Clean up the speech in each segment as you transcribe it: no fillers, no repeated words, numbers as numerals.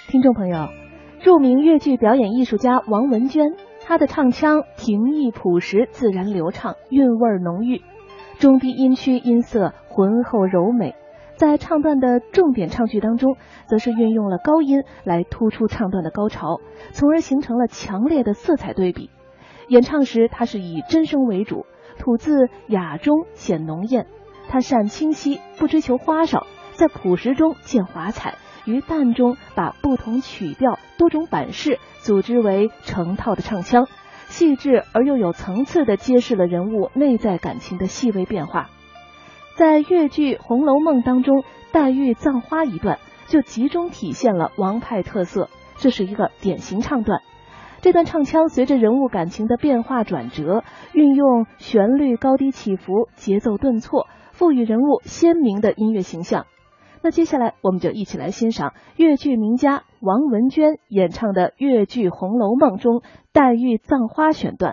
听众朋友，著名越剧表演艺术家王文娟，她的唱腔平易朴实、自然流畅，韵味浓郁，中低音区音色浑厚柔美。在唱段的重点唱句当中，则是运用了高音来突出唱段的高潮，从而形成了强烈的色彩对比。演唱时，她是以真声为主，吐字雅中显浓艳。她善清晰，不追求花哨，在朴实中见华彩，于淡中把不同曲调、多种版式组织为成套的唱腔，细致而又有层次地揭示了人物内在感情的细微变化。在越剧《红楼梦》当中，黛玉葬花一段就集中体现了王派特色，这是一个典型唱段。这段唱腔随着人物感情的变化转折，运用旋律高低起伏、节奏顿挫，赋予人物鲜明的音乐形象。那接下来我们就一起来欣赏越剧名家王文娟演唱的越剧《红楼梦》中黛玉葬花选段。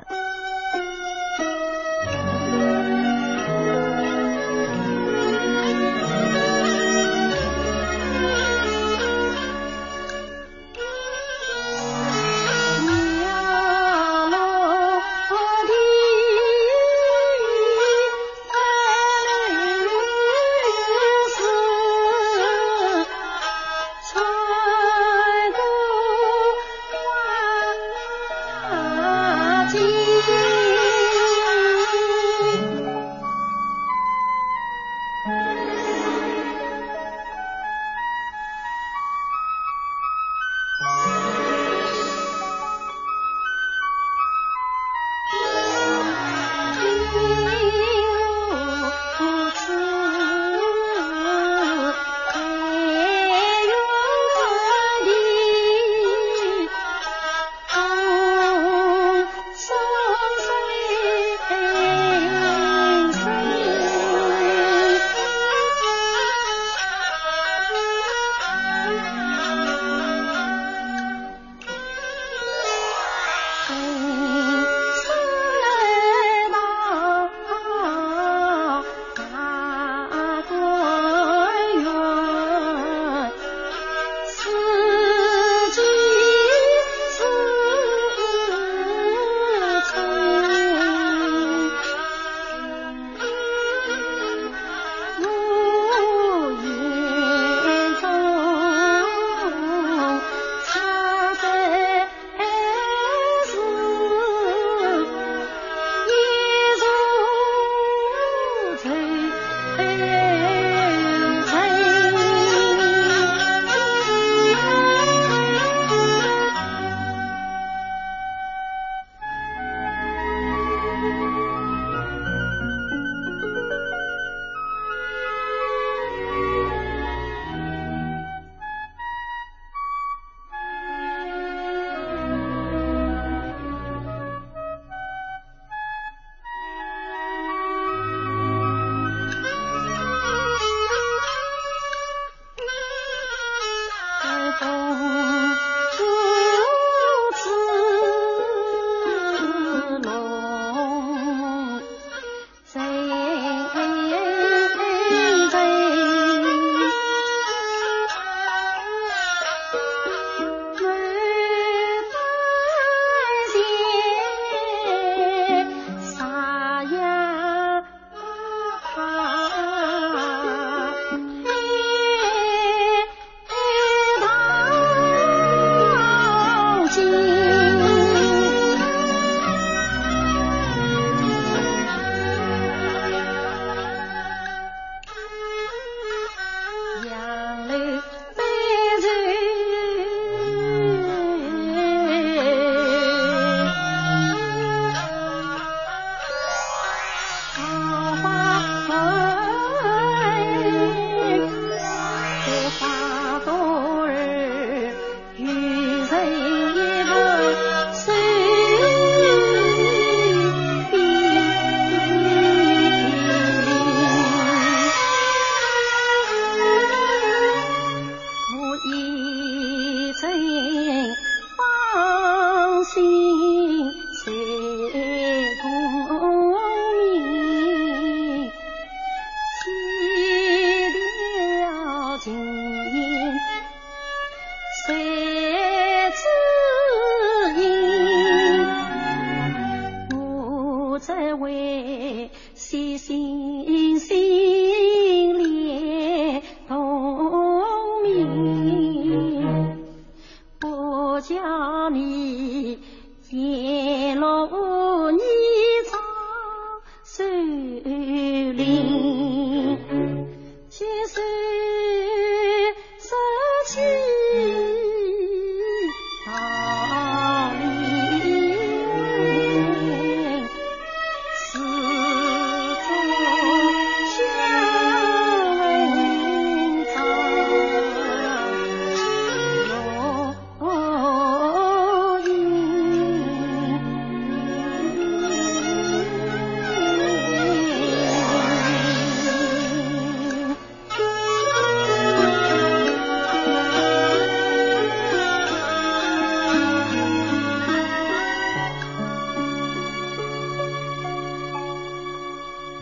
下你